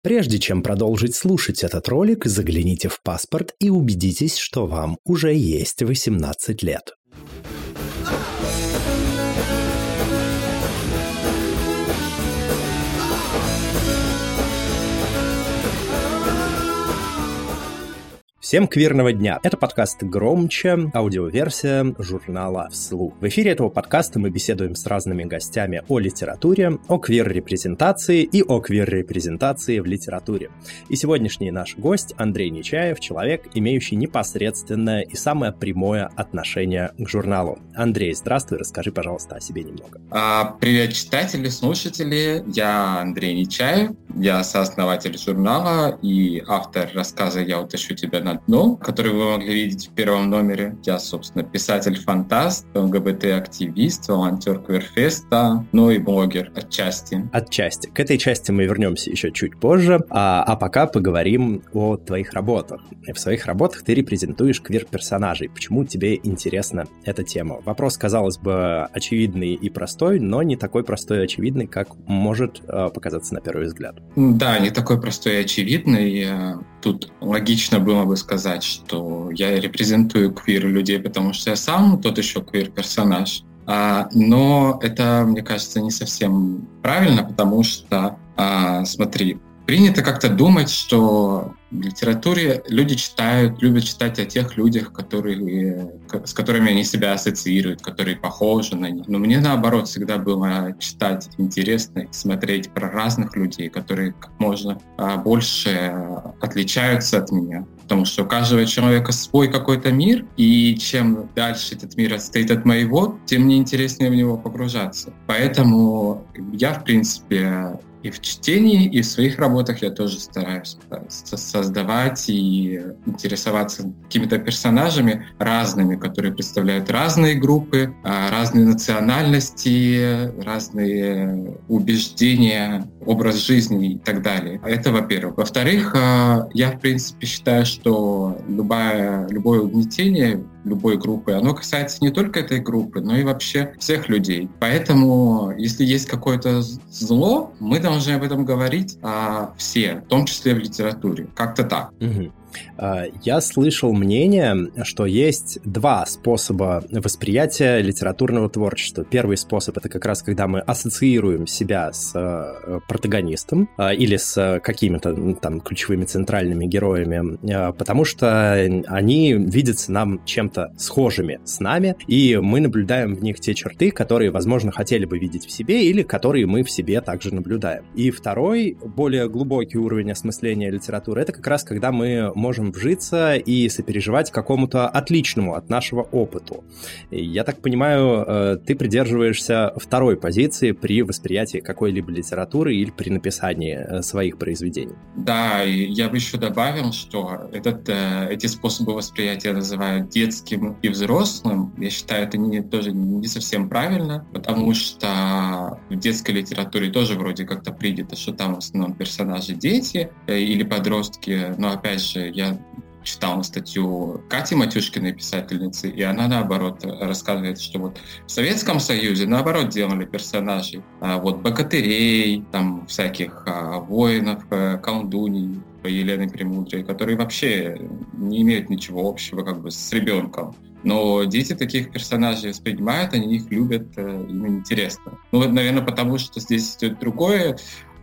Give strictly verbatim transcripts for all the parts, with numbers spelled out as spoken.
Прежде чем продолжить слушать этот ролик, загляните в паспорт и убедитесь, что вам уже есть восемнадцать лет. Всем квирного дня! Это подкаст «Громче», аудиоверсия журнала «Вслух». В эфире этого подкаста мы беседуем с разными гостями о литературе, о квир-репрезентации и о квир-репрезентации в литературе. И сегодняшний наш гость Андрей Нечаев, человек, имеющий непосредственное и самое прямое отношение к журналу. Андрей, здравствуй, расскажи, пожалуйста, о себе немного. А, привет, читатели, слушатели. Я Андрей Нечаев, я сооснователь журнала и автор рассказа «Я утащу тебя на дно», который вы могли видеть в первом номере. Я, собственно, писатель-фантаст, ЛГБТ-активист, волонтер Квирфеста, ну и блогер отчасти. Отчасти. К этой части мы вернемся еще чуть позже, а, а пока поговорим о твоих работах. В своих работах ты репрезентуешь квир-персонажей. Почему тебе интересна эта тема? Вопрос, казалось бы, очевидный и простой, но не такой простой и очевидный, как может э, показаться на первый взгляд. Да, не такой простой и очевидный. Тут логично было бы сказать, что я репрезентую квир-людей, потому что я сам тот еще квир-персонаж. А, но это, мне кажется, не совсем правильно, потому что, а, смотри, принято как-то думать, что в литературе люди читают, любят читать о тех людях, которые, с которыми они себя ассоциируют, которые похожи на них. Но мне, наоборот, всегда было читать интересно и смотреть про разных людей, которые как можно больше отличаются от меня. Потому что у каждого человека свой какой-то мир, и чем дальше этот мир отстоит от моего, тем мне интереснее в него погружаться. Поэтому я, в принципе, и в чтении, и в своих работах я тоже стараюсь создавать и интересоваться какими-то персонажами разными, которые представляют разные группы, разные национальности, разные убеждения, образ жизни и так далее. Это, во-первых. Во-вторых, я, в принципе, считаю, что любое, любое угнетение любой группы, оно касается не только этой группы, но и вообще всех людей. Поэтому, если есть какое-то зло, мы должны об этом говорить а, все, в том числе в литературе. Как-то так. Угу. Я слышал мнение, что есть два способа восприятия литературного творчества. Первый способ — это как раз когда мы ассоциируем себя с протагонистом или с какими-то там ключевыми центральными героями, потому что они видятся нам чем-то схожими с нами, и мы наблюдаем в них те черты, которые, возможно, хотели бы видеть в себе или которые мы в себе также наблюдаем. И второй, более глубокий уровень осмысления литературы — это как раз когда мы можем вжиться и сопереживать какому-то отличному от нашего опыту. И я так понимаю, ты придерживаешься второй позиции при восприятии какой-либо литературы или при написании своих произведений. Да, и я бы еще добавил, что этот, эти способы восприятия называют детским и взрослым. Я считаю, это не, тоже не совсем правильно, потому что в детской литературе тоже вроде как-то принято, что там в основном персонажи дети или подростки, но опять же, я читал статью Кати Матюшкиной, писательницы, и она, наоборот, рассказывает, что вот в Советском Союзе, наоборот, делали персонажей, а вот богатырей, там, всяких а, воинов, а, колдуней, Елены Премудрой, которые вообще не имеют ничего общего как бы с ребенком. Но дети таких персонажей воспринимают, они их любят, им интересно. Ну, наверное, потому что здесь идет другое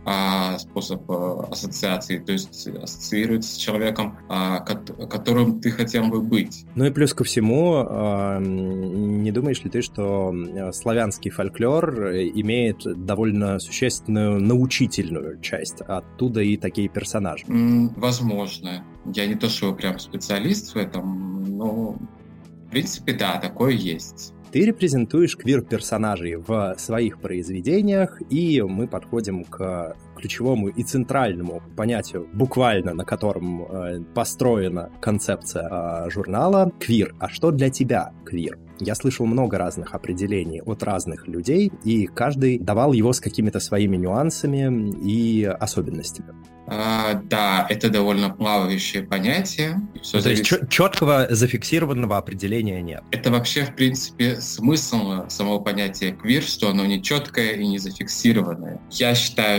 а, способ а, ассоциации, то есть ассоциируется с человеком, а, ко- которым ты хотел бы быть. Ну и плюс ко всему, а, не думаешь ли ты, что славянский фольклор имеет довольно существенную научительную часть, оттуда и такие персонажи? М, возможно. Я не то, что прям специалист в этом, но в принципе, да, такое есть. Ты репрезентуешь квир-персонажей в своих произведениях, и мы подходим к ключевому и центральному понятию, буквально на котором э, построена концепция э, журнала — квир. А что для тебя квир? Я слышал много разных определений от разных людей, и каждый давал его с какими-то своими нюансами и особенностями. А, да, это довольно плавающее понятие. Все То зависит... есть четкого зафиксированного определения нет. Это вообще, в принципе, смысл самого понятия квир, что оно не четкое и не зафиксированное. Я считаю, что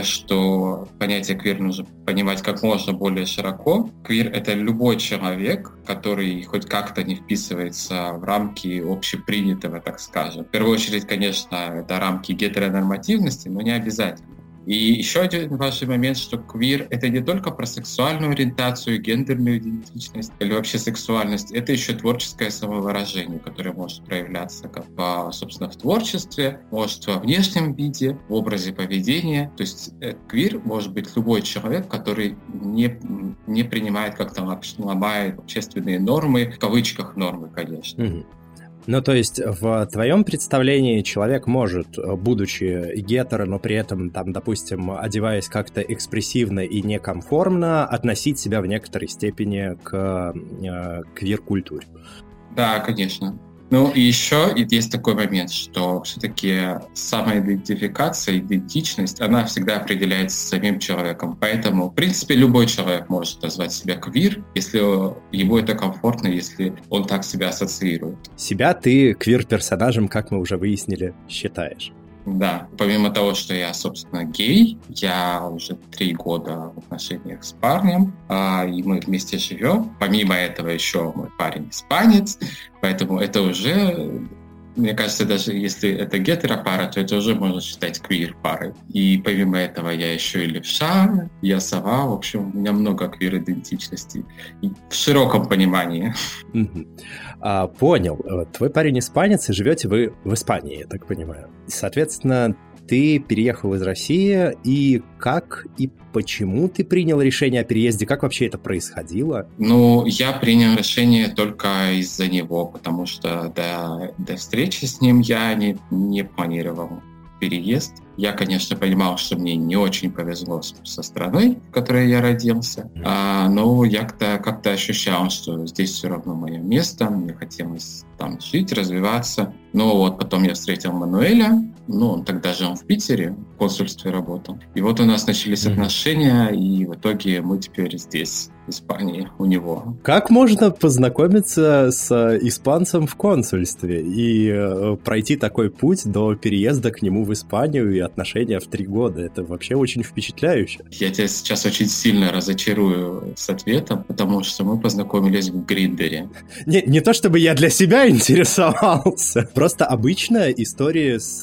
что понятие квир нужно понимать как можно более широко. Квир — это любой человек, который хоть как-то не вписывается в рамки общепринятого, так скажем. В первую очередь, конечно, это рамки гетеронормативности, но не обязательно. И еще один важный момент, что квир — это не только про сексуальную ориентацию, гендерную идентичность или вообще сексуальность, это еще творческое самовыражение, которое может проявляться как, собственно, в творчестве, может во внешнем виде, в образе поведения. То есть квир может быть любой человек, который не, не принимает, как-то ломает общественные нормы, в кавычках нормы, конечно. Mm-hmm. Ну, то есть в твоем представлении человек может, будучи гетеро, но при этом, там, допустим, одеваясь как-то экспрессивно и неконформно, относить себя в некоторой степени к э, квир-культуре. Да, конечно. Ну и еще есть такой момент, что все-таки самоидентификация, идентичность, она всегда определяется самим человеком. Поэтому, в принципе, любой человек может назвать себя квир, если ему это комфортно, если он так себя ассоциирует. Себя ты квир-персонажем, как мы уже выяснили, считаешь. Да, помимо того, что я, собственно, гей, я уже три года в отношениях с парнем, а, и мы вместе живем. Помимо этого еще мой парень испанец, поэтому это уже, мне кажется, даже если это гетеропара, то это уже можно считать квир-парой. И помимо этого я еще и левша, я сова, в общем, у меня много квир-идентичностей в широком понимании. А, понял. Твой парень испанец, и живете вы в Испании, я так понимаю. Соответственно, ты переехал из России, и как и почему ты принял решение о переезде? Как вообще это происходило? Ну, я принял решение только из-за него, потому что до, до встречи с ним я не, не планировал переезд. Я, конечно, понимал, что мне не очень повезло со страной, в которой я родился, а, но я как-то, как-то ощущал, что здесь все равно мое место, мне хотелось там жить, развиваться. Но вот потом я встретил Мануэля, ну, он тогда жил в Питере, в консульстве работал. И вот у нас начались mm-hmm. отношения, и в итоге мы теперь здесь, в Испании, у него. Как можно познакомиться с испанцем в консульстве и э, пройти такой путь до переезда к нему в Испанию и отношения в три года? Это вообще очень впечатляюще. Я тебя сейчас очень сильно разочарую с ответом, потому что мы познакомились в Гриндере. Не, не то чтобы я для себя интересовался, просто обычная история с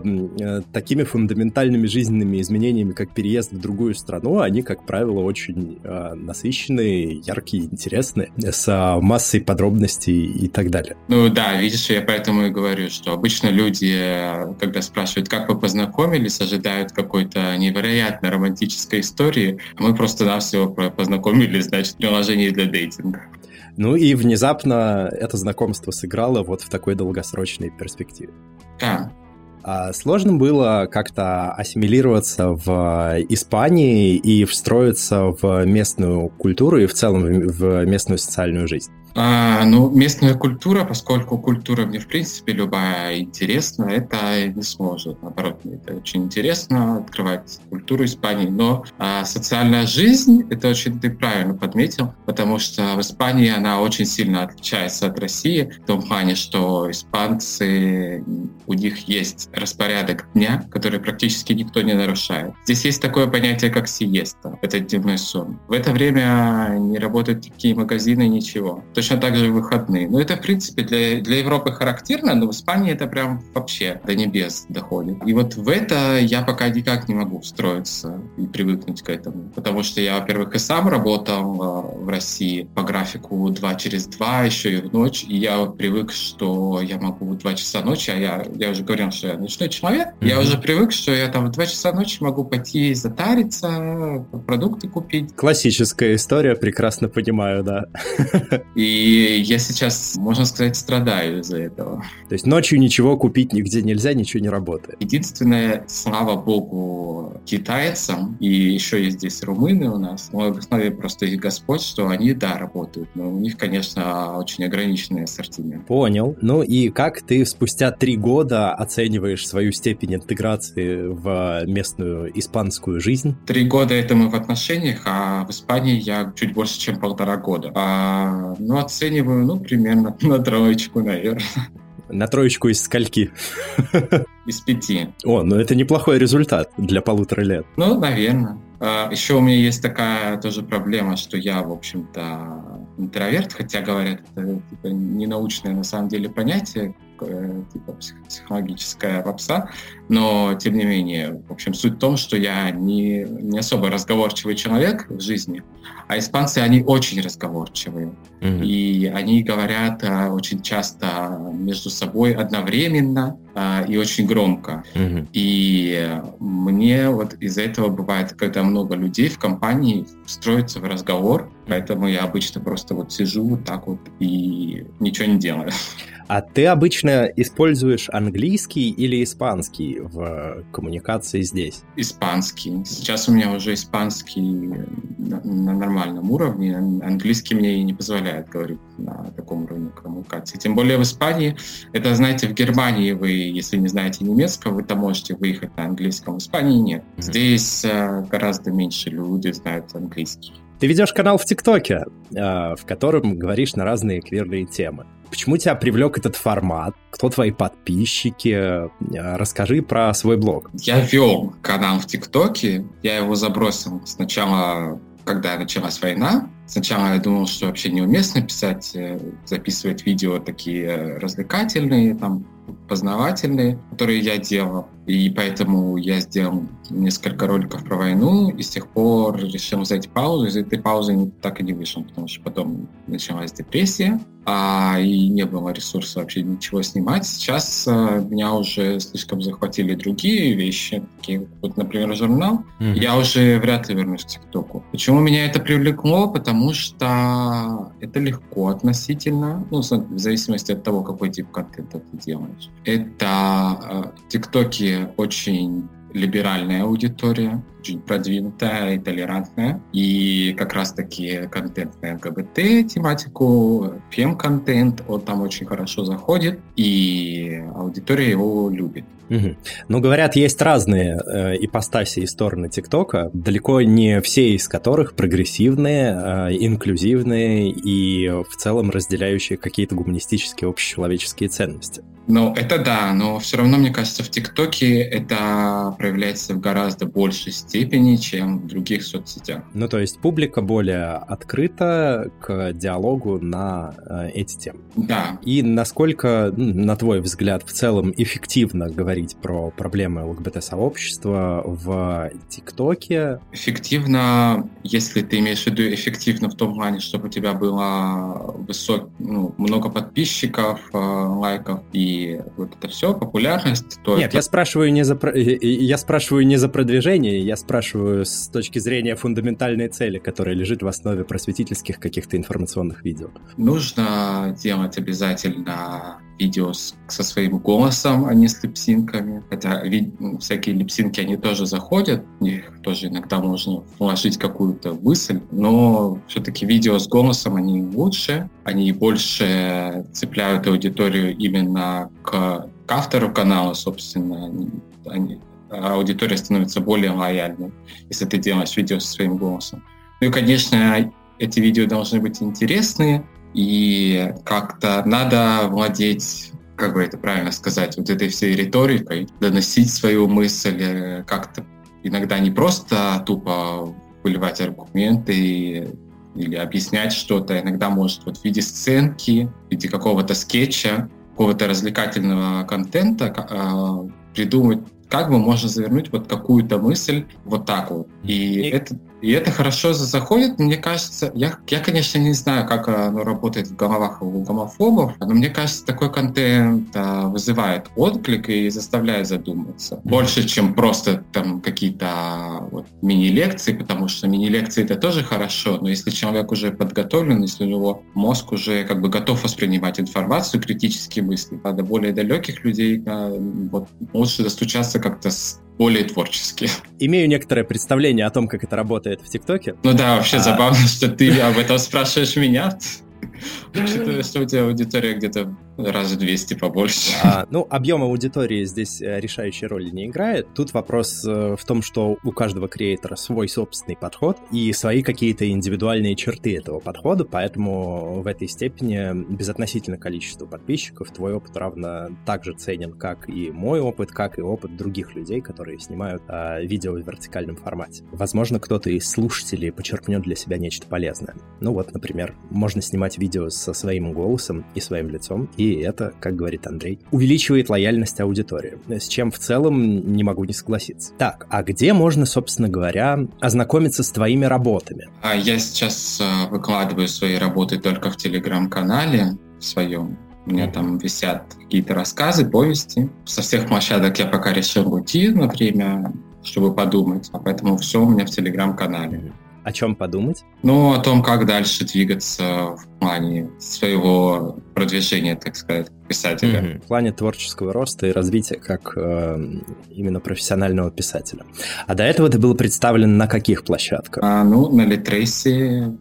э, такими фундаментальными жизненными изменениями, как переезд в другую страну, они, как правило, очень э, насыщенные, яркие, интересные, с э, массой подробностей и так далее. Ну да, видишь, я поэтому и говорю, что обычно люди, когда спрашивают, как вы познакомились, ожидают какой-то невероятно романтической истории, а мы просто-навсего познакомились, значит, в приложении для дейтинга. Ну и внезапно это знакомство сыграло вот в такой долгосрочной перспективе. Да. А сложно было как-то ассимилироваться в Испании и встроиться в местную культуру и в целом в местную социальную жизнь? А, ну, местная культура, поскольку культура мне, в принципе, любая интересна, это не сможет. Наоборот, мне это очень интересно, открывать культуру Испании. Но а, социальная жизнь, это очень ты правильно подметил, потому что в Испании она очень сильно отличается от России, в том плане, что испанцы, у них есть распорядок дня, который практически никто не нарушает. Здесь есть такое понятие, как сиеста, это дневной сон. В это время не работают никакие магазины, ничего. Точно так же выходные. Но это, в принципе, для, для Европы характерно, но в Испании это прям вообще до небес доходит. И вот в это я пока никак не могу встроиться и привыкнуть к этому. Потому что я, во-первых, и сам работал в России по графику два через два, еще и в ночь. И я вот привык, что я могу в два часа ночи, а я, я уже говорил, что я ночной человек. Mm-hmm. Я уже привык, что я там в два часа ночи могу пойти затариться, продукты купить. Классическая история, прекрасно понимаю, да. И я сейчас, можно сказать, страдаю из-за этого. То есть ночью ничего купить нигде нельзя, ничего не работает. Единственное, слава богу, китайцам, и еще есть здесь румыны у нас, но в основе просто их Господь, что они, да, работают, но у них, конечно, очень ограниченный ассортимент. Понял. Ну и как ты спустя три года оцениваешь свою степень интеграции в местную испанскую жизнь? Три года это мы в отношениях, а в Испании я чуть больше, чем полтора года. А, ну, оцениваю, ну, примерно на троечку, наверное. На троечку из скольки? Из пяти. О, ну это неплохой результат для полутора лет. Ну, наверное. Еще у меня есть такая тоже проблема, что я, в общем-то, интроверт, хотя, говорят, это типа, ненаучное на самом деле понятие, типа психологическая попса, но, тем не менее, в общем, суть в том, что я не, не особо разговорчивый человек в жизни, а испанцы, они очень разговорчивые, mm-hmm. и они говорят а, очень часто между собой одновременно а, и очень громко. Mm-hmm. И мне вот из-за этого бывает, когда много людей в компании встроятся в разговор, поэтому я обычно просто вот сижу вот так вот и ничего не делаю. А ты обычно используешь английский или испанский в коммуникации здесь? Испанский. Сейчас у меня уже испанский на, на нормальном уровне. Английский мне и не позволяет говорить на таком уровне коммуникации. Тем более в Испании. Это, знаете, в Германии вы, если не знаете немецкого, вы-то можете выехать на английском. В Испании нет. Mm-hmm. Здесь гораздо меньше люди знают английский. Ты ведешь канал в ТикТоке, в котором говоришь на разные квирные темы. Почему тебя привлек этот формат? Кто твои подписчики? Расскажи про свой блог. Я вел канал в ТикТоке. Я его забросил сначала, когда началась война. Сначала я думал, что вообще неуместно писать, записывать видео такие развлекательные, там, познавательные, которые я делал. И поэтому я сделал несколько роликов про войну, и с тех пор решил взять паузу. Из этой паузы так и не вышел, потому что потом началась депрессия, а, и не было ресурса вообще ничего снимать. Сейчас а, меня уже слишком захватили другие вещи, такие вот, например, журнал. Mm-hmm. Я уже вряд ли вернусь к ТикТоку. Почему меня это привлекло? Потому что это легко относительно, ну, в зависимости от того, какой тип контента ты делаешь. Это ТикТоки очень либеральная аудитория, очень продвинутая и толерантная. И как раз-таки контент на ЛГБТ тематику, фем-контент, он там очень хорошо заходит, и аудитория его любит. Угу. Ну, говорят, есть разные э, ипостаси и стороны ТикТока, далеко не все из которых прогрессивные, э, инклюзивные и в целом разделяющие какие-то гуманистические общечеловеческие ценности. Ну, это да, но все равно, мне кажется, в ТикТоке это проявляется в гораздо большей степени, чем в других соцсетях. Ну, то есть публика более открыта к диалогу на э, эти темы. Да. И насколько, на твой взгляд, в целом эффективно говорить про проблемы ЛГБТ-сообщества в ТикТоке? Эффективно, если ты имеешь в виду эффективно в том плане, чтобы у тебя было высок, ну, много подписчиков, лайков и вот это все, популярность, то... Нет, это... я спрашиваю не за я спрашиваю не за продвижение, я спрашиваю с точки зрения фундаментальной цели, которая лежит в основе просветительских каких-то информационных видео. Нужно делать обязательно видео с, со своим голосом, а не с липсинками. Хотя ви, всякие липсинки, они тоже заходят, в них тоже иногда можно вложить какую-то мысль, но все-таки видео с голосом, они лучше, они больше цепляют аудиторию именно к, к автору канала, собственно. Они, они, аудитория становится более лояльной, если ты делаешь видео со своим голосом. Ну и, конечно, эти видео должны быть интересные, и как-то надо владеть, как бы это правильно сказать, вот этой всей риторикой, доносить свою мысль, как-то иногда не просто тупо выливать аргументы или объяснять что-то, иногда может вот в виде сценки, в виде какого-то скетча, какого-то развлекательного контента э, придумать, как бы можно завернуть вот какую-то мысль вот так вот. И, и... это И это хорошо заходит, мне кажется, я, я, конечно, не знаю, как оно работает в головах у гомофобов, но мне кажется, такой контент а, вызывает отклик и заставляет задуматься. Больше, чем просто там какие-то вот, мини-лекции, потому что мини-лекции это тоже хорошо, но если человек уже подготовлен, если у него мозг уже как бы готов воспринимать информацию, критические мысли, а до более далеких людей а, вот, лучше достучаться как-то с более творчески. Имею некоторое представление о том, как это работает в ТикТоке. Ну да, вообще а... забавно, что ты об этом спрашиваешь меня. Учитывая, что у тебя аудитория где-то раз в двести побольше. А, ну, объем аудитории здесь решающей роли не играет. Тут вопрос в том, что у каждого креатора свой собственный подход и свои какие-то индивидуальные черты этого подхода, поэтому в этой степени безотносительно количества подписчиков твой опыт равно так же ценен, как и мой опыт, как и опыт других людей, которые снимают а, видео в вертикальном формате. Возможно, кто-то из слушателей почерпнет для себя нечто полезное. Ну вот, например, можно снимать видео со своим голосом и своим лицом, и это, как говорит Андрей, увеличивает лояльность аудитории, с чем в целом не могу не согласиться. Так, а где можно, собственно говоря, ознакомиться с твоими работами? Я сейчас выкладываю свои работы только в Телеграм-канале своем. У меня там висят какие-то рассказы, повести. Со всех площадок я пока решил уйти на время, чтобы подумать, а поэтому все у меня в Телеграм-канале. О чем подумать? Ну, о том, как дальше двигаться в плане своего продвижения, так сказать, писателя. Mm-hmm. В плане творческого роста и развития как э, именно профессионального писателя. А до этого ты был представлен на каких площадках? А, ну, на Литресе,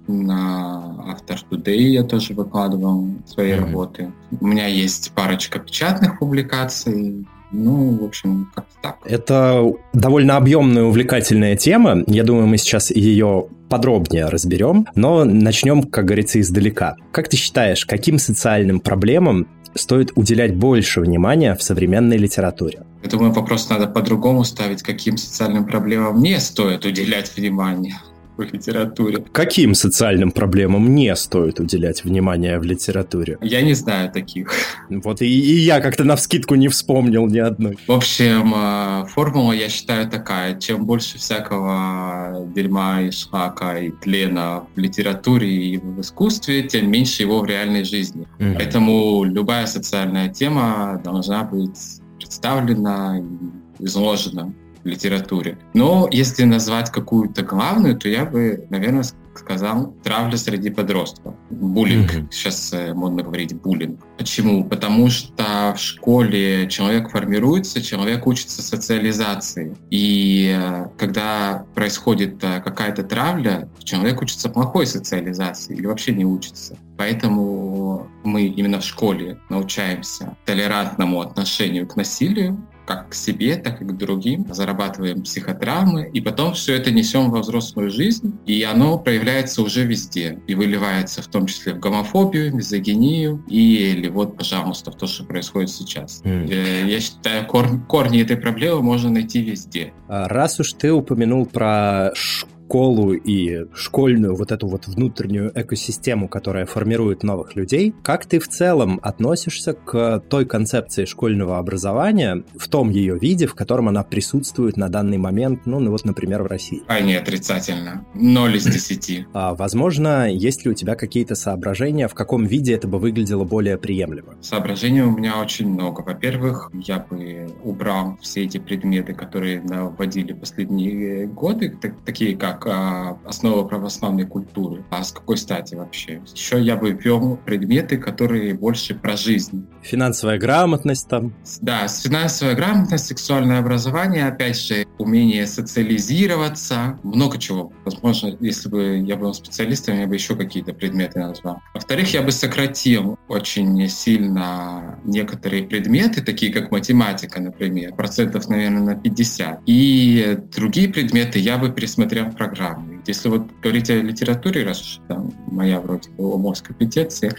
на After Today я тоже выкладывал свои mm-hmm. работы. У меня есть парочка печатных публикаций. Ну, в общем, как-то так. Это довольно объемная, увлекательная тема. Я думаю, мы сейчас ее подробнее разберем, но начнем, как говорится, издалека. Как ты считаешь, каким социальным проблемам стоит уделять больше внимания в современной литературе? Я думаю, вопрос надо по-другому ставить. Каким социальным проблемам не стоит уделять внимание в литературе? Каким социальным проблемам не стоит уделять внимание в литературе? Я не знаю таких. Вот и, и я как-то навскидку не вспомнил ни одной. В общем, формула, я считаю, такая. Чем больше всякого дерьма и шлака и тлена в литературе и в искусстве, тем меньше его в реальной жизни. Mm-hmm. Поэтому любая социальная тема должна быть представлена и изложена в литературе. Но если назвать какую-то главную, то я бы, наверное, сказал травля среди подростков. Буллинг. Mm-hmm. Сейчас э, модно говорить буллинг. Почему? Потому что в школе человек формируется, человек учится социализации. И э, когда происходит э, какая-то травля, человек учится плохой социализации или вообще не учится. Поэтому мы именно в школе научаемся толерантному отношению к насилию, как к себе, так и к другим, зарабатываем психотравмы, и потом все это несем во взрослую жизнь, и оно проявляется уже везде, и выливается в том числе в гомофобию, мизогинию, и, или вот, пожалуйста, в то, что происходит сейчас. Mm. Я считаю, кор- корни этой проблемы можно найти везде. Раз уж ты упомянул про школу и школьную вот эту вот внутреннюю экосистему, которая формирует новых людей, как ты в целом относишься к той концепции школьного образования в том ее виде, в котором она присутствует на данный момент, ну, вот, например, в России? А, не отрицательно. Ноль из десяти. А, возможно, есть ли у тебя какие-то соображения, в каком виде это бы выглядело более приемлемо? Соображений у меня очень много. Во-первых, я бы убрал все эти предметы, которые вводили последние годы, так, такие как основа православной культуры. А с какой стати вообще? Еще я бы ввел предметы, которые больше про жизнь. Финансовая грамотность там. Да, финансовая грамотность, сексуальное образование, опять же, умение социализироваться, много чего. Возможно, если бы я был специалистом, я бы еще какие-то предметы назвал. Во-вторых, я бы сократил очень сильно некоторые предметы, такие как математика, например, процентов, наверное, на пятьдесят. И другие предметы я бы пересмотрел в программе. Если вот говорить о литературе, раз уж там моя вроде бы область компетенции,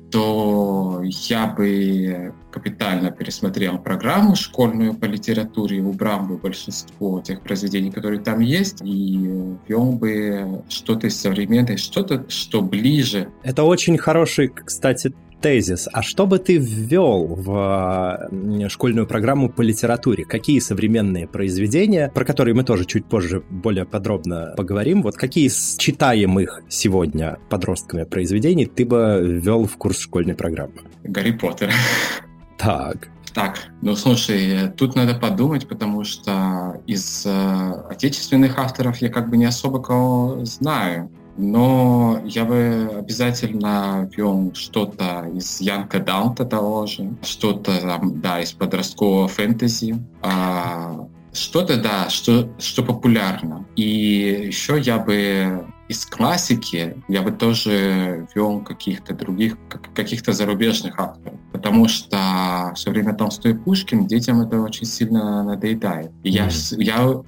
то я бы капитально пересмотрел программу школьную по литературе, убрал бы большинство тех произведений, которые там есть, и ввел бы что-то из современной, что-то, что ближе. Это очень хороший, кстати, тезис. А что бы ты ввел в школьную программу по литературе? Какие современные произведения, про которые мы тоже чуть позже более подробно поговорим, вот какие из читаемых сегодня подростками произведений ты бы ввел в курс школьной программы? Гарри Поттер. Так. Так, ну слушай, тут надо подумать, потому что из э, отечественных авторов я как бы не особо кого знаю. Но я бы обязательно ввел что-то из Янка Даунта того же, что-то там, да, из подросткового фэнтези, а, что-то, да, что, что популярно. И еще я бы из классики, я бы тоже ввел каких-то других, каких-то зарубежных авторов. потому что все время Толстой и Пушкин, детям это очень сильно надоедает. И mm-hmm. я, я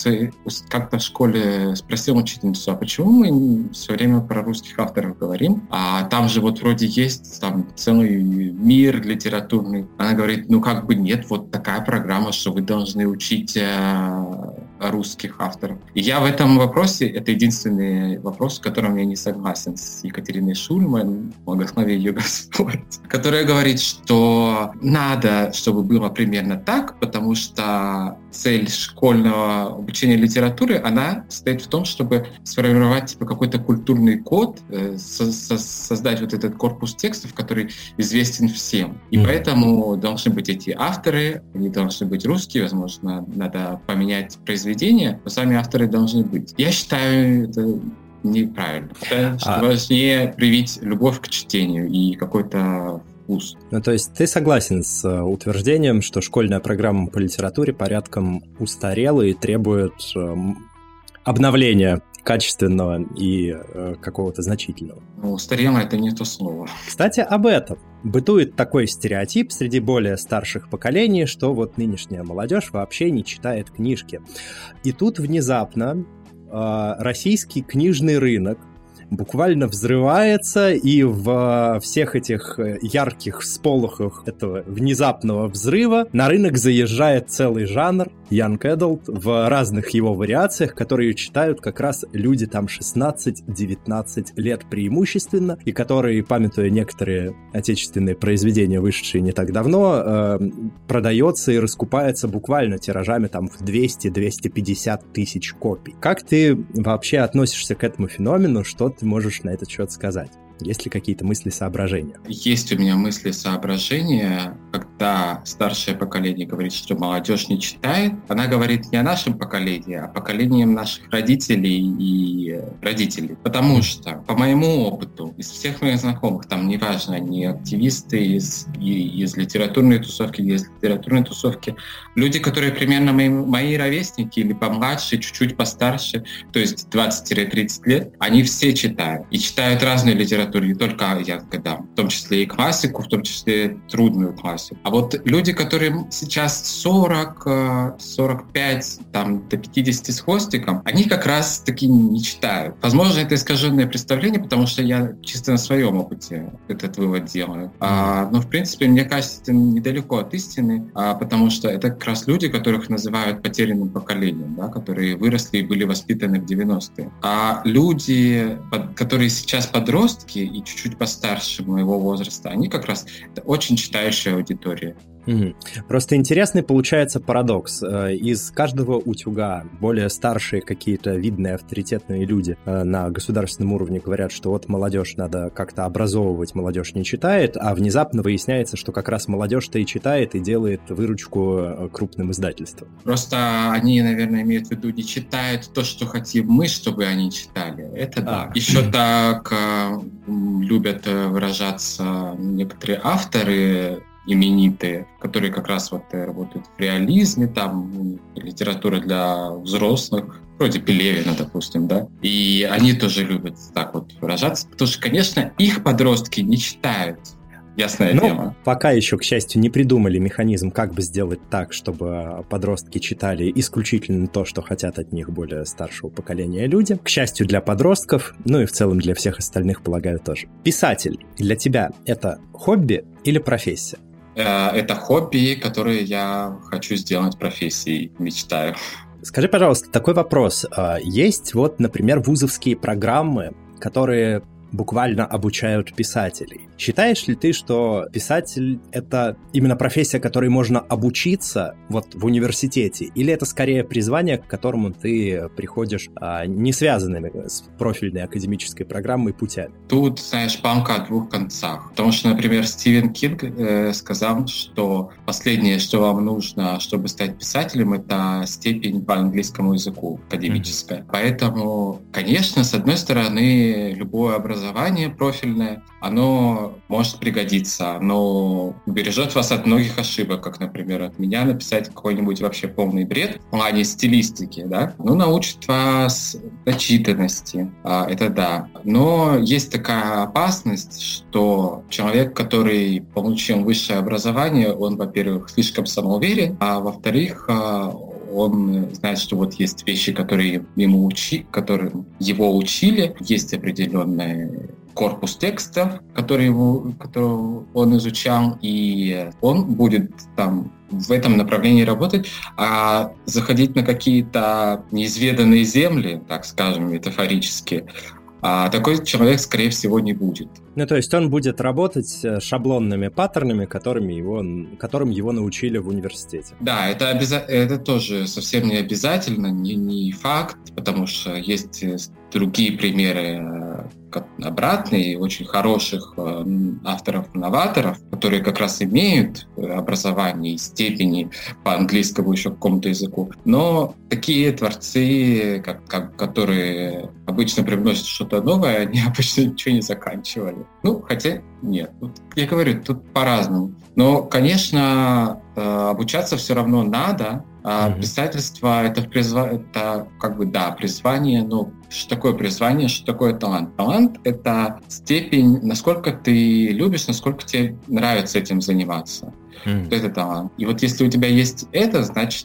как-то в школе спросил учительницу, а почему мы все время про русских авторов говорим, а там же вот вроде есть там целый мир литературный. Она говорит, ну как бы нет, вот такая программа, что вы должны учить э, русских авторов. И я в этом вопросе, это единственный вопрос, с которым я не согласен с Екатериной Шульман, благослови ее Господь, которая говорит, что надо, чтобы было примерно так, потому что цель школьного обучения литературы, она состоит в том, чтобы сформировать типа, какой-то культурный код, э, со- со- создать вот этот корпус текстов, который известен всем. И mm-hmm. поэтому должны быть эти авторы, они должны быть русские, возможно, надо поменять произведения, но сами авторы должны быть. Я считаю, это неправильно. Считаю, что а... важнее привить любовь к чтению и какой-то вкус. Ну, то есть ты согласен с утверждением, что школьная программа по литературе порядком устарела и требует э, обновления качественного и э, какого-то значительного? Ну, устарела — это не то слово. Кстати, об этом. Бытует такой стереотип среди более старших поколений, что вот нынешняя молодежь вообще не читает книжки. И тут внезапно э, российский книжный рынок буквально взрывается, и в всех этих ярких всполохах этого внезапного взрыва на рынок заезжает целый жанр Young Adult в разных его вариациях, которые читают как раз люди там шестнадцать-девятнадцать лет преимущественно, и которые, памятуя некоторые отечественные произведения, вышедшие не так давно, э, продается и раскупается буквально тиражами там в двести-двести пятьдесят тысяч копий. Как ты вообще относишься к этому феномену? Что ты можешь на этот счет сказать? Есть ли какие-то мысли, соображения? Есть у меня мысли, соображения. Когда старшее поколение говорит, что молодежь не читает, она говорит не о нашем поколении, а о поколении наших родителей и родителей. Потому что, по моему опыту, из всех моих знакомых, там неважно, они активисты из, из литературной тусовки, из литературной тусовки, люди, которые примерно мои, мои ровесники или помладше, чуть-чуть постарше, то есть двадцать-тридцать лет, они все читают. И читают разную литературу, не только я когда, в том числе и классику, в том числе трудную классику. А вот люди, которые сейчас сорок, сорок пять, там, до пятидесяти с хвостиком, они как раз таки не читают. Возможно, это искаженное представление, потому что я чисто на своем опыте этот вывод делаю. А, но, в принципе, мне кажется, это недалеко от истины, а, потому что это как раз люди, которых называют потерянным поколением, да, которые выросли и были воспитаны в девяностые. А люди, которые сейчас подростки, и чуть-чуть постарше моего возраста, они как раз это очень читающая аудитория. Угу. Просто интересный получается парадокс. Из каждого утюга более старшие какие-то видные авторитетные люди на государственном уровне говорят, что вот молодежь надо как-то образовывать, молодежь не читает, а внезапно выясняется, что как раз молодежь-то и читает, и делает выручку крупным издательствам. Просто они, наверное, имеют в виду, не читают то, что хотим мы, чтобы они читали. Это да. А. Еще так любят выражаться некоторые авторы, именитые, которые как раз вот работают в реализме, там литература для взрослых, вроде Пелевина, допустим, да, и они тоже любят так вот выражаться, потому что, конечно, их подростки не читают. Ясная ну, тема. Пока еще, к счастью, не придумали механизм, как бы сделать так, чтобы подростки читали исключительно то, что хотят от них более старшего поколения люди. К счастью, для подростков, ну и в целом для всех остальных, полагаю, тоже. Писатель для тебя — это хобби или профессия? Это хобби, которое я хочу сделать профессией, мечтаю. Скажи, пожалуйста, такой вопрос. Есть вот, например, вузовские программы, которые буквально обучают писателей. Считаешь ли ты, что писатель — это именно профессия, которой можно обучиться вот в университете, или это скорее призвание, к которому ты приходишь а, не связанными с профильной академической программой путями? Тут, знаешь, палка о двух концах. Потому что, например, Стивен Кинг э, сказал, что последнее, что вам нужно, чтобы стать писателем, это степень по английскому языку академическая. Mm-hmm. Поэтому, конечно, с одной стороны, любое образование образование профильное, оно может пригодиться, оно убережет вас от многих ошибок, как, например, от меня написать какой-нибудь вообще полный бред в плане стилистики, да, ну, научит вас начитанности, а, это да. Но есть такая опасность, что человек, который получил высшее образование, он, во-первых, слишком самоуверен, а во-вторых, он знает, что вот есть вещи, которые ему учи, которые его учили, есть определенный корпус текстов, который, его, который он изучал, и он будет там в этом направлении работать, а заходить на какие-то неизведанные земли, так скажем, метафорически, а такой человек, скорее всего, не будет. Ну, то есть он будет работать шаблонными паттернами, которыми его, которым его научили в университете. Да, это, обяза... это тоже совсем не обязательно, не, не факт, потому что есть другие примеры обратные, очень хороших авторов-новаторов, которые как раз имеют образование и степени по английскому еще какому-то языку. Но такие творцы, как, как, которые обычно привносят что-то новое, они обычно ничего не заканчивали. Ну, хотя нет. Я говорю, тут по-разному. Но, конечно, обучаться все равно надо. А mm-hmm. писательство — это, призва... это как бы, да, призвание, но что такое призвание, что такое талант? Талант — это степень, насколько ты любишь, насколько тебе нравится этим заниматься. Mm-hmm. Это талант. И вот если у тебя есть это, значит,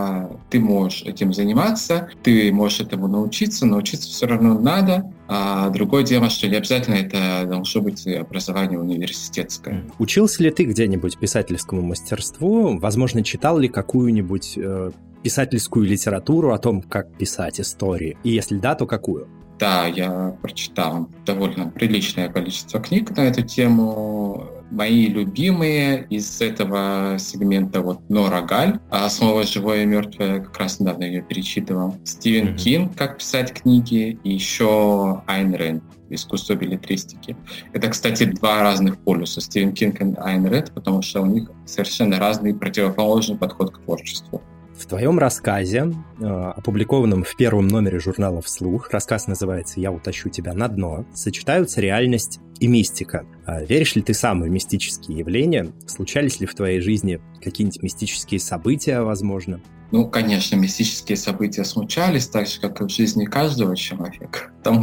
ты можешь этим заниматься, ты можешь этому научиться, научиться все равно надо. А другое дело, что не обязательно это должно быть образование университетское. Учился ли ты где-нибудь писательскому мастерству? Возможно, читал ли какую-нибудь э, писательскую литературу о том, как писать истории? И если да, то какую? Да, я прочитал довольно приличное количество книг на эту тему. Мои любимые из этого сегмента вот Нора Галь, «Слово живое и мертвое», как раз недавно ее перечитывал. Стивен mm-hmm. Кинг, «Как писать книги», и еще Айн Рэнд, «Искусство беллетристики». Это, кстати, два разных полюса, Стивен Кинг и Айн Рэнд, потому что у них совершенно разный противоположный подход к творчеству. В твоем рассказе, опубликованном в первом номере журнала «Вслух», рассказ называется «Я утащу тебя на дно», сочетаются реальность и мистика. Веришь ли ты сам в мистические явления? Случались ли в твоей жизни какие-нибудь мистические события, возможно? Ну, конечно, мистические события случались, так же, как и в жизни каждого человека. Потому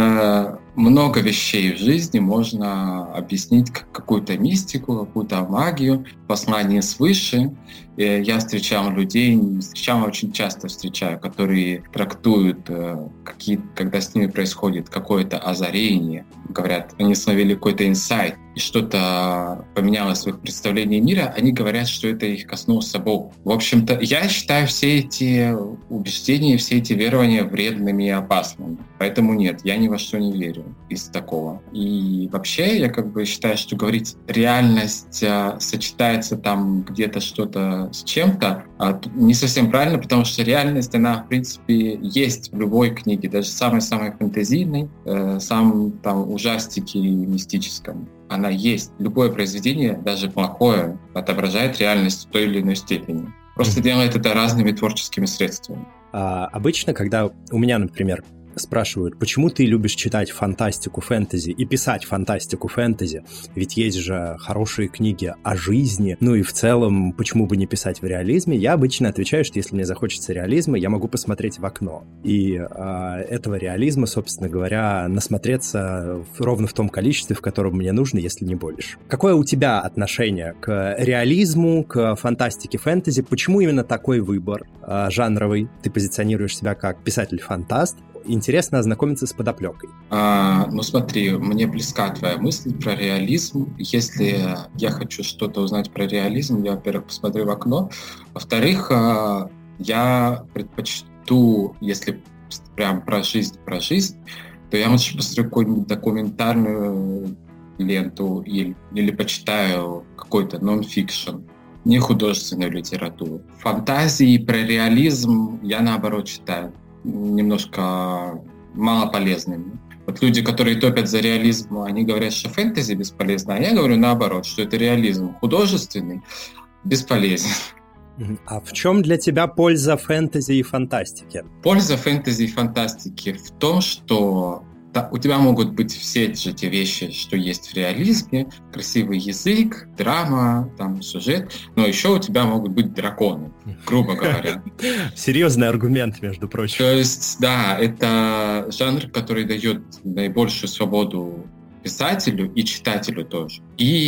что много вещей в жизни можно объяснить как какую-то мистику, какую-то магию, послание свыше. И я встречал людей, встречал, очень часто встречаю, которые трактуют, какие, когда с ними происходит какое-то озарение. Говорят, они словили какой-то инсайт, и что-то поменялось в их представлении мира, они говорят, что это их коснулся Бог. В общем-то, я считаю все эти убеждения, все эти верования вредными и опасными. Поэтому нет, я ни во что не верю из такого. И вообще, я как бы считаю, что говорить реальность а, сочетается там где-то что-то с чем-то, а, не совсем правильно, потому что реальность, она, в принципе, есть в любой книге, даже самой-самой фэнтезийной, э, самом там ужастике и мистическом. Она есть. Любое произведение, даже плохое, отображает реальность в той или иной степени. Просто mm-hmm. делает это разными творческими средствами. А, обычно, когда у меня, например, спрашивают, почему ты любишь читать фантастику, фэнтези и писать фантастику, фэнтези, ведь есть же хорошие книги о жизни, ну и в целом, почему бы не писать в реализме, я обычно отвечаю, что если мне захочется реализма, я могу посмотреть в окно. И э, этого реализма, собственно говоря, насмотреться ровно в том количестве, в котором мне нужно, если не больше. Какое у тебя отношение к реализму, к фантастике, фэнтези? Почему именно такой выбор э, жанровый? Ты позиционируешь себя как писатель-фантаст. Интересно ознакомиться с подоплекой. А, ну смотри, мне близка твоя мысль про реализм. Если я хочу что-то узнать про реализм, я, во-первых, посмотрю в окно. Во-вторых, я предпочту, если прям про жизнь, про жизнь, то я лучше посмотрю какую-нибудь документальную ленту или, или почитаю какой-то нон-фикшн, не художественную литературу. Фантазии про реализм я, наоборот, читаю немножко малополезными. Вот люди, которые топят за реализм, они говорят, что фэнтези бесполезно, а я говорю наоборот, что это реализм художественный бесполезен. А в чем для тебя польза фэнтези и фантастики? Польза фэнтези и фантастики в том, что та, у тебя могут быть все же те вещи, что есть в реализме, красивый язык, драма, там, сюжет, но еще у тебя могут быть драконы, грубо говоря. Серьезный аргумент, между прочим. То есть, да, это жанр, который дает наибольшую свободу писателю и читателю тоже.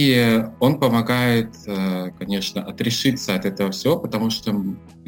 И он помогает, конечно, отрешиться от этого всего, потому что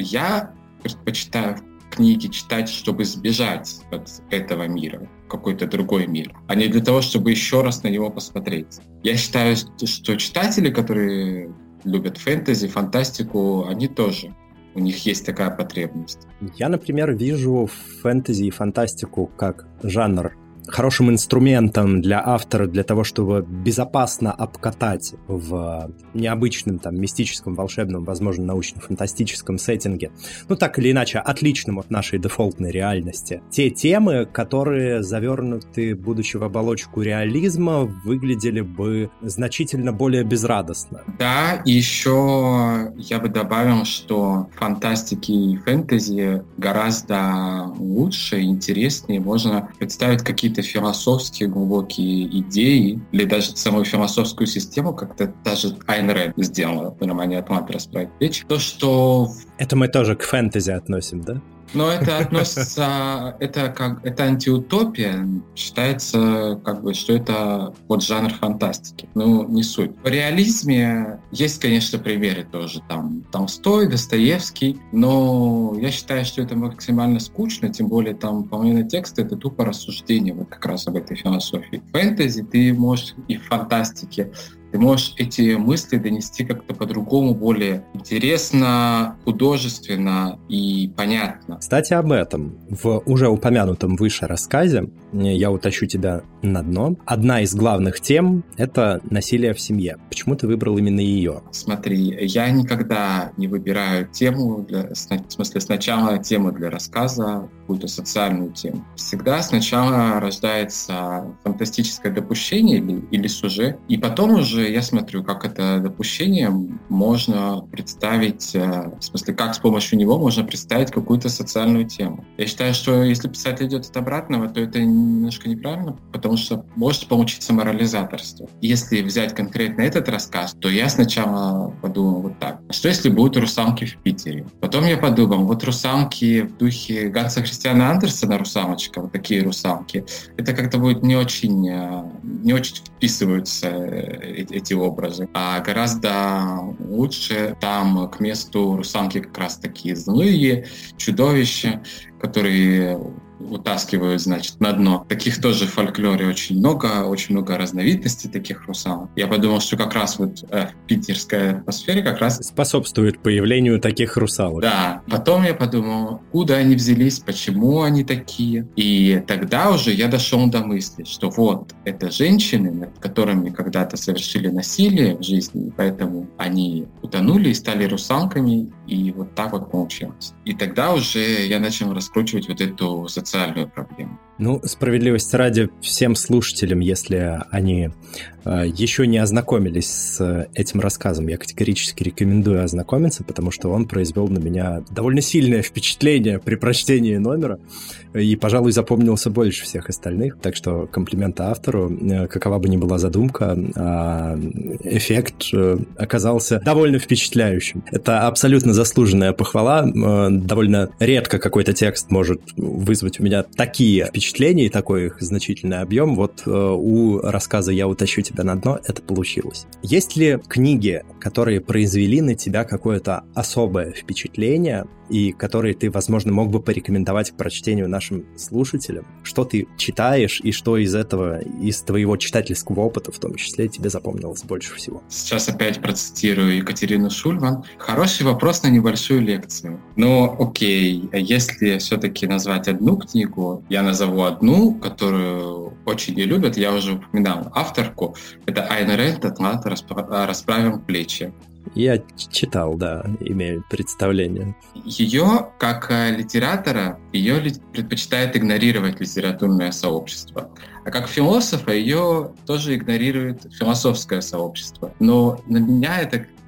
я предпочитаю книги читать, чтобы сбежать от этого мира, в какой-то другой мир, а не для того, чтобы еще раз на него посмотреть. Я считаю, что читатели, которые любят фэнтези, фантастику, они тоже. У них есть такая потребность. Я, например, вижу фэнтези и фантастику как жанр хорошим инструментом для автора, для того, чтобы безопасно обкатать в необычном, там, мистическом, волшебном, возможно, научно-фантастическом сеттинге, ну, так или иначе, отличном от нашей дефолтной реальности. Те темы, которые, завернуты, будучи в оболочку реализма, выглядели бы значительно более безрадостно. Да, и еще я бы добавил, что фантастики и фэнтези гораздо лучше, интереснее. Можно представить какие-то философские глубокие идеи или даже самую философскую систему, как-то даже Айн Рэнд сделала в романе «Атлант расправить плечи». То, что... Это мы тоже к фэнтези относим, да? Но это относится, это как, это антиутопия, считается, как бы, что это вот жанр фантастики. Ну, не суть. В реализме есть, конечно, примеры тоже, там, Толстой, Достоевский, но я считаю, что это максимально скучно, тем более там половина текста — это тупо рассуждение вот как раз об этой философии. В фэнтези ты можешь и в фантастике ты можешь эти мысли донести как-то по-другому, более интересно, художественно и понятно. Кстати, об этом. В уже упомянутом выше рассказе «Я утащу тебя на дно» одна из главных тем — это насилие в семье. Почему ты выбрал именно ее? Смотри, я никогда не выбираю тему, для, в смысле сначала тему для рассказа, какую-то социальную тему. Всегда сначала рождается фантастическое допущение или, или сюжет, и потом уже я смотрю, как это допущение можно представить, в смысле, как с помощью него можно представить какую-то социальную тему. Я считаю, что если писатель идет от обратного, то это немножко неправильно, потому что может получиться морализаторство. Если взять конкретно этот рассказ, то я сначала подумал вот так. Что если будут русалки в Питере? Потом я подумал, вот русалки в духе Ганса Христиана Андерсена, русалочка, вот такие русалки, это как-то будет не очень, не очень вписываются эти образы. А гораздо лучше там к месту русалки как раз такие злые чудовища, которые утаскивают, значит, на дно. Таких тоже в фольклоре очень много, очень много разновидностей таких русалок. Я подумал, что как раз вот э, в питерской атмосфере как раз способствует появлению таких русалок. Да. Потом я подумал, куда они взялись, почему они такие. И тогда уже я дошел до мысли, что вот это женщины, над которыми когда-то совершили насилие в жизни, и поэтому они утонули и стали русалками, и вот так вот получилось. И тогда уже я начал раскручивать вот эту социальную проблему. Ну, справедливости ради, всем слушателям, если они э, еще не ознакомились с этим рассказом, я категорически рекомендую ознакомиться, потому что он произвел на меня довольно сильное впечатление при прочтении номера и, пожалуй, запомнился больше всех остальных. Так что комплименты автору. Э, какова бы ни была задумка, э, эффект э, оказался довольно впечатляющим. Это абсолютно заслуженная похвала. Э, довольно редко какой-то текст может вызвать у меня такие впечатления, и такой их значительный объем. Вот э, у рассказа «Я утащу тебя на дно» это получилось. Есть ли книги, которые произвели на тебя какое-то особое впечатление и которые ты, возможно, мог бы порекомендовать к прочтению нашим слушателям? Что ты читаешь и что из этого, из твоего читательского опыта в том числе, тебе запомнилось больше всего? Сейчас опять процитирую Екатерину Шульман. Хороший вопрос на небольшую лекцию. Но окей, если все-таки назвать одну книгу, я назову одну, которую очень не любят, я уже упоминал авторку. Это Айн Рэнд «Атлант расправил плечи». Я читал, да, имею представление. Ее, как литератора, ее предпочитает игнорировать литературное сообщество. А как философа ее тоже игнорирует философское сообщество. Но на меня это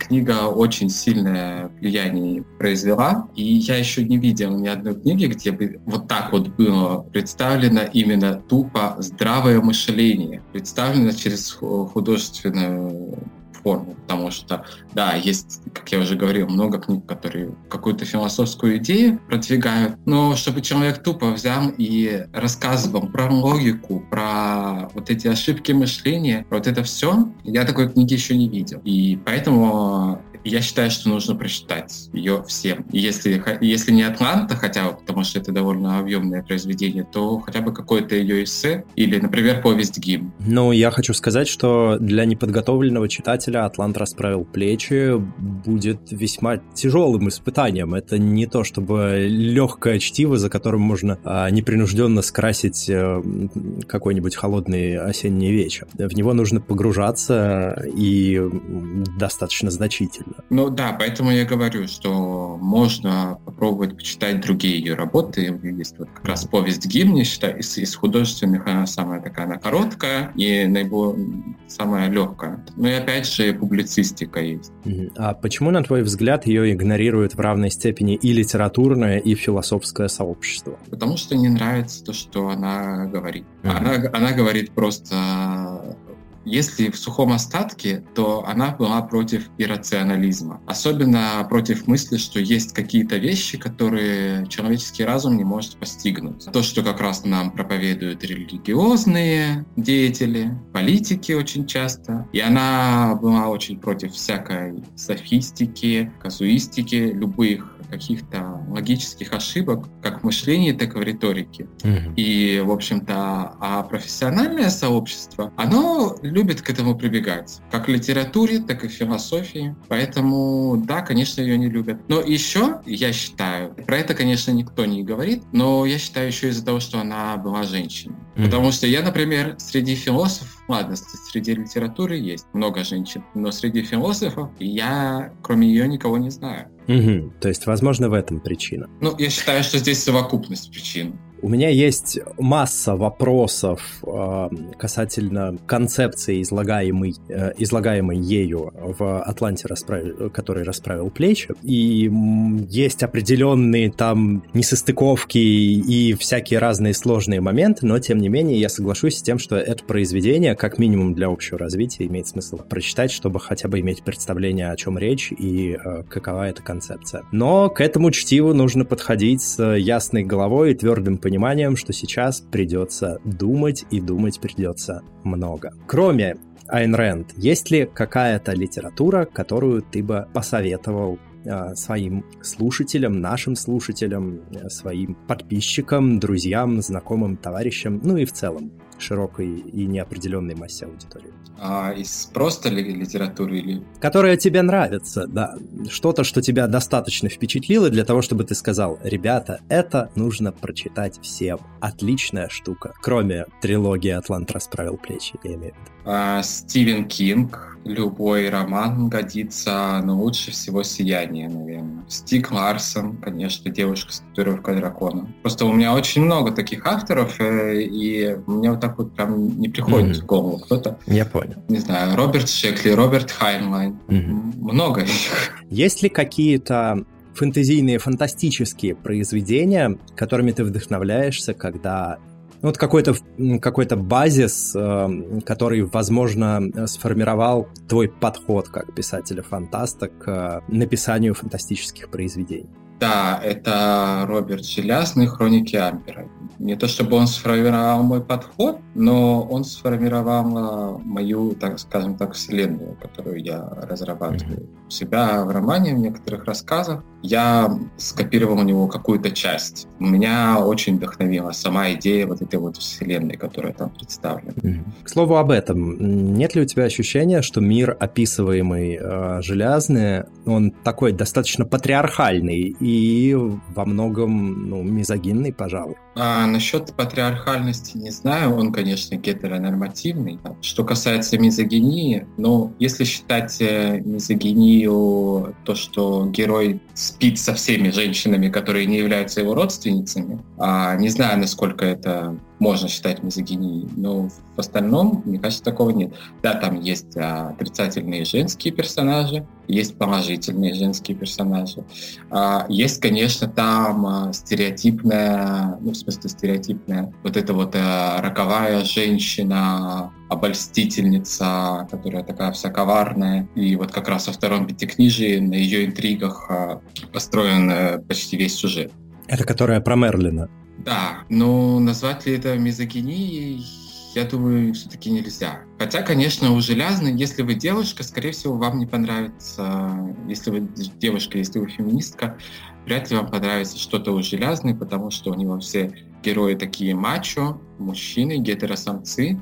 книга очень сильное влияние произвела, и я еще не видел ни одной книги, где бы вот так вот было представлено именно тупо здравое мышление, представлено через художественную форму, потому что, да, есть, как я уже говорил, много книг, которые какую-то философскую идею продвигают, но чтобы человек тупо взял и рассказывал про логику, про вот эти ошибки мышления, вот это все, я такой книги еще не видел. И поэтому я считаю, что нужно прочитать ее всем. И если, если не «Атланта», хотя бы, потому что это довольно объемное произведение, то хотя бы какое-то ее эссе или, например, повесть «Гимн». Ну, я хочу сказать, что для неподготовленного читателя «Атлант расправил плечи» будет весьма тяжелым испытанием. Это не то чтобы легкое чтиво, за которым можно а, непринужденно скрасить а, какой-нибудь холодный осенний вечер. В него нужно погружаться и достаточно значительно. Ну да, поэтому я говорю, что можно попробовать почитать другие ее работы. Есть вот как раз повесть «Гимн», я считаю, из, из художественных она самая такая, она короткая и наиболее самая легкая. Ну и опять же публицистика есть. А почему, на твой взгляд, ее игнорируют в равной степени и литературное, и философское сообщество? Потому что не нравится то, что она говорит. Mm-hmm. Она, она говорит просто... Если в сухом остатке, то она была против иррационализма. Особенно против мысли, что есть какие-то вещи, которые человеческий разум не может постигнуть. То, что как раз нам проповедуют религиозные деятели, политики очень часто. И она была очень против всякой софистики, казуистики, любых каких-то логических ошибок, как в мышлении, так и в риторике. Mm-hmm. И, в общем-то, а профессиональное сообщество, оно любит к этому прибегать. Как в литературе, так и в философии. Поэтому, да, конечно, ее не любят. Но еще, я считаю, про это, конечно, никто не говорит, но я считаю еще из-за того, что она была женщиной. Mm-hmm. Потому что я, например, среди философов, ладно, среди литературы есть много женщин, но среди философов я, кроме ее, никого не знаю. Угу. То есть, возможно, в этом причина. Ну, я считаю, что здесь совокупность причин. У меня есть масса вопросов э, касательно концепции, излагаемой, э, излагаемой ею в «Атланте», расправ... который расправил плечи. И есть определенные там несостыковки и всякие разные сложные моменты, но, тем не менее, я соглашусь с тем, что это произведение, как минимум для общего развития, имеет смысл прочитать, чтобы хотя бы иметь представление, о чем речь и э, какова эта концепция. Но к этому чтиву нужно подходить с ясной головой и твердым пониманием, пониманием, что сейчас придется думать, и думать придется много. Кроме Айн Рэнд, есть ли какая-то литература, которую ты бы посоветовал э, своим слушателям, нашим слушателям, э, своим подписчикам, друзьям, знакомым, товарищам, ну и в целом широкой и неопределенной массе аудитории? А из просто ли литературы или... Которая тебе нравится, да. Что-то, что тебя достаточно впечатлило для того, чтобы ты сказал: ребята, это нужно прочитать всем. Отличная штука. Кроме трилогии «Атлант расправил плечи», я имею в виду. А, Стивен Кинг. Любой роман годится, но лучше всего «Сияние», наверное. Стиг Ларсон, конечно, «Девушка с татуировкой дракона». Просто у меня очень много таких авторов, и мне вот так вот прям не приходит mm-hmm. в голову кто-то. Я понял. Не знаю, Роберт Шекли, Роберт Хайнлайн. Mm-hmm. Много их. Есть ли какие-то фэнтезийные, фантастические произведения, которыми ты вдохновляешься, когда... Вот какой-то, какой-то базис, который, возможно, сформировал твой подход как писателя-фантаста к написанию фантастических произведений. Да, это Роберт Желязный, «Хроники Ампера». Не то чтобы он сформировал мой подход, но он сформировал мою, так скажем так, вселенную, которую я разрабатываю. Mm-hmm. У себя в романе, в некоторых рассказах я скопировал у него какую-то часть. Меня очень вдохновила сама идея вот этой вот вселенной, которая там представлена. Mm-hmm. К слову об этом, нет ли у тебя ощущения, что мир, описываемый э, Желязный, он такой достаточно патриархальный и во многом, ну, мизогинный, пожалуй? А насчет патриархальности не знаю, он, конечно, гетеронормативный. Что касается мизогинии, ну, если считать мизогинию то, что герой спит со всеми женщинами, которые не являются его родственницами, а не знаю, насколько это можно считать мизогинией, но в остальном, мне кажется, такого нет. Да, там есть а, отрицательные женские персонажи, есть положительные женские персонажи. А, есть, конечно, там а, стереотипная, ну, в смысле стереотипная, вот эта вот а, роковая женщина, обольстительница, которая такая вся коварная. И вот как раз во втором пятикнижии на ее интригах а, построен а, почти весь сюжет. Это которая про Мерлина. Да, но назвать ли это мизогинией, я думаю, все-таки нельзя. Хотя, конечно, у Желязной, если вы девушка, скорее всего, вам не понравится, если вы девушка, если вы феминистка, вряд ли вам понравится что-то у Желязной, потому что у него все герои такие мачо, мужчины, гетеросамцы,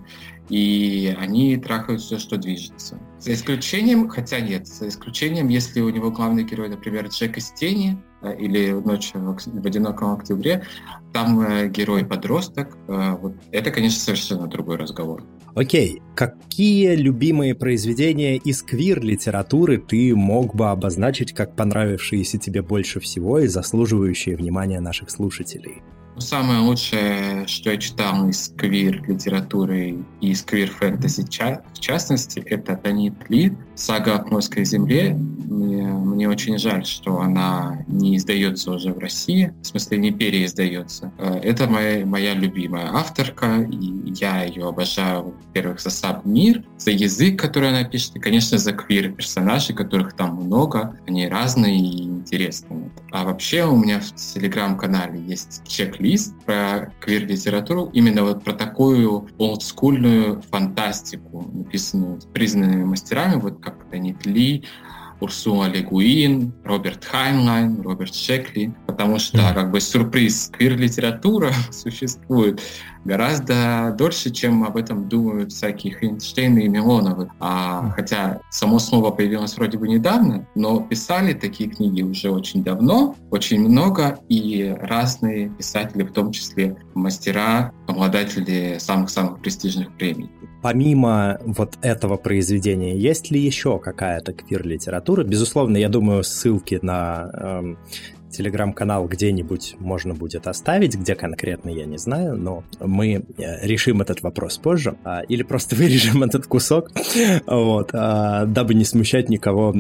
и они трахают все, что движется. За исключением, хотя нет, за исключением, если у него главный герой, например, Джек из «Тени», или «Ночь в одиноком октябре», там э, герой-подросток. Э, вот это, конечно, совершенно другой разговор. Окей, какие любимые произведения из квир-литературы ты мог бы обозначить как понравившиеся тебе больше всего и заслуживающие внимания наших слушателей? Самое лучшее, что я читал из квир-литературы и из квир-фэнтези в частности, это Танит Ли, «Сага о плоской земле». Мне, мне очень жаль, что она не издается уже в России, в смысле не переиздается. Это моя, моя любимая авторка, и я ее обожаю, во-первых, за сам мир, за язык, который она пишет, и, конечно, за квир-персонажей, которых там много, они разные и интересные. А вообще у меня в телеграм-канале есть чек-лист про квир-литературу, именно вот про такую олдскульную фантастику, написанную признанными мастерами, вот как Танит Ли, Урсула Ле Гуин, Роберт Хайнлайн, Роберт Шекли, потому что, mm. как бы, сюрприз, квир-литература существует гораздо дольше, чем об этом думают всякие Эйнштейны и Милоновы. А, mm. Хотя само слово появилось вроде бы недавно, но писали такие книги уже очень давно, очень много, и разные писатели, в том числе мастера, обладатели самых-самых престижных премий. Помимо вот этого произведения, есть ли еще какая-то квир-литература? Безусловно, я думаю, ссылки на эм, телеграм-канал где-нибудь можно будет оставить, где конкретно, я не знаю, но мы решим этот вопрос позже, а, или просто вырежем этот кусок, вот, а, дабы не смущать никого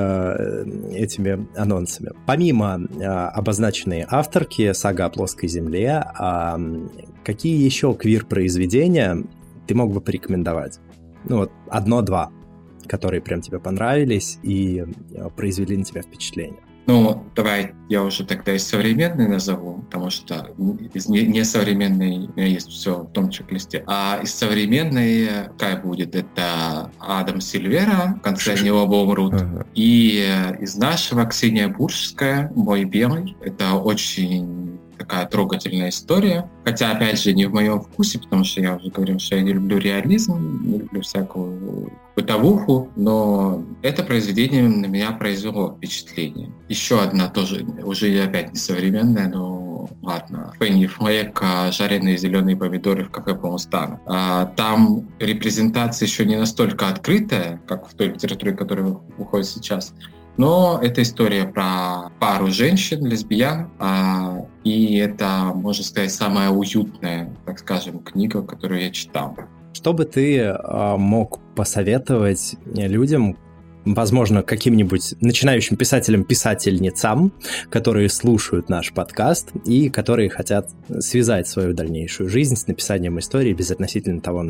а, этими анонсами. Помимо а, обозначенной авторки «Сага о плоской земле», а, какие еще квир-произведения ты мог бы порекомендовать? Ну вот, одно-два, которые прям тебе понравились и произвели на тебя впечатление. Ну, давай я уже тогда из современной назову, потому что из несовременной у меня есть все в том чек-листе. А из современной какая будет? Это Адам Сильвера, «В конце они оба умрут». Ага. И из нашего Ксения Буржская «Мой белый». Это очень такая трогательная история. Хотя, опять же, не в моем вкусе, потому что я уже говорил, что я не люблю реализм, не люблю всякую бытовуху, но это произведение на меня произвело впечатление. Еще одна тоже, уже опять не современная, но ладно. Фенни Флэк «Жареные зеленые помидоры в кафе Полустана». Там репрезентация еще не настолько открытая, как в той литературе, которая выходит сейчас. Но это история про пару женщин, лесбиян, а, и это, можно сказать, самая уютная, так скажем, книга, которую я читал. Что бы ты а, мог посоветовать людям, возможно, каким-нибудь начинающим писателям-писательницам, которые слушают наш подкаст и которые хотят связать свою дальнейшую жизнь с написанием истории безотносительно того,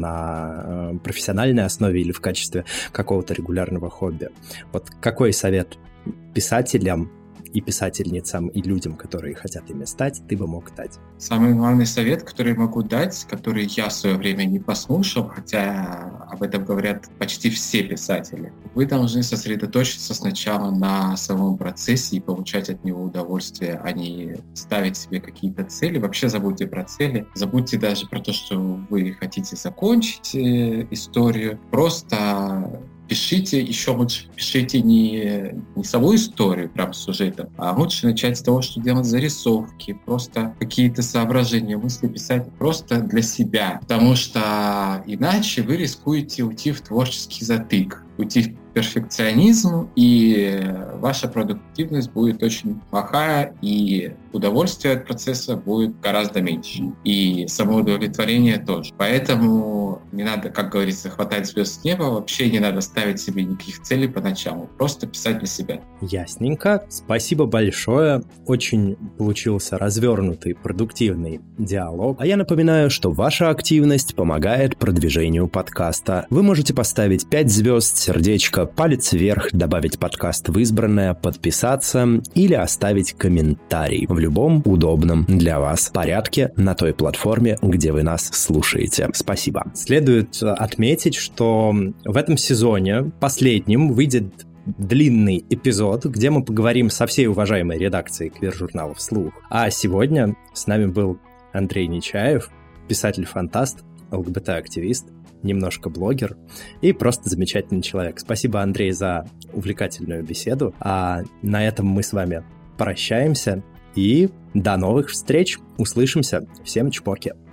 на профессиональной основе или в качестве какого-то регулярного хобби? Вот какой совет писателям и писательницам, и людям, которые хотят ими стать, ты бы мог дать? Самый главный совет, который могу дать, который я в свое время не послушал, хотя об этом говорят почти все писатели. Вы должны сосредоточиться сначала на самом процессе и получать от него удовольствие, а не ставить себе какие-то цели. Вообще забудьте про цели, забудьте даже про то, что вы хотите закончить историю. Просто пишите, еще лучше пишите не, не саму историю, прям с сюжетом, а лучше начать с того, что делать зарисовки, просто какие-то соображения, мысли писать просто для себя. Потому что иначе вы рискуете уйти в творческий затык, уйти в перфекционизм, и ваша продуктивность будет очень плохая, и удовольствие от процесса будет гораздо меньше. И самоудовлетворение тоже. Поэтому не надо, как говорится, хватать звезд с неба, вообще не надо ставить себе никаких целей поначалу, просто писать для себя. Ясненько. Спасибо большое. Очень получился развернутый, продуктивный диалог. А я напоминаю, что ваша активность помогает продвижению подкаста. Вы можете поставить пять звезд, сердечко, палец вверх, добавить подкаст в избранное, подписаться или оставить комментарий в любом удобном для вас порядке на той платформе, где вы нас слушаете. Спасибо. Следует отметить, что в этом сезоне последним выйдет длинный эпизод, где мы поговорим со всей уважаемой редакцией квир-журнала «Вслух». А сегодня с нами был Андрей Нечаев, писатель-фантаст, ЛГБТ-активист, немножко блогер и просто замечательный человек. Спасибо, Андрей, за увлекательную беседу. А на этом мы с вами прощаемся и до новых встреч. Услышимся. Всем чпоки.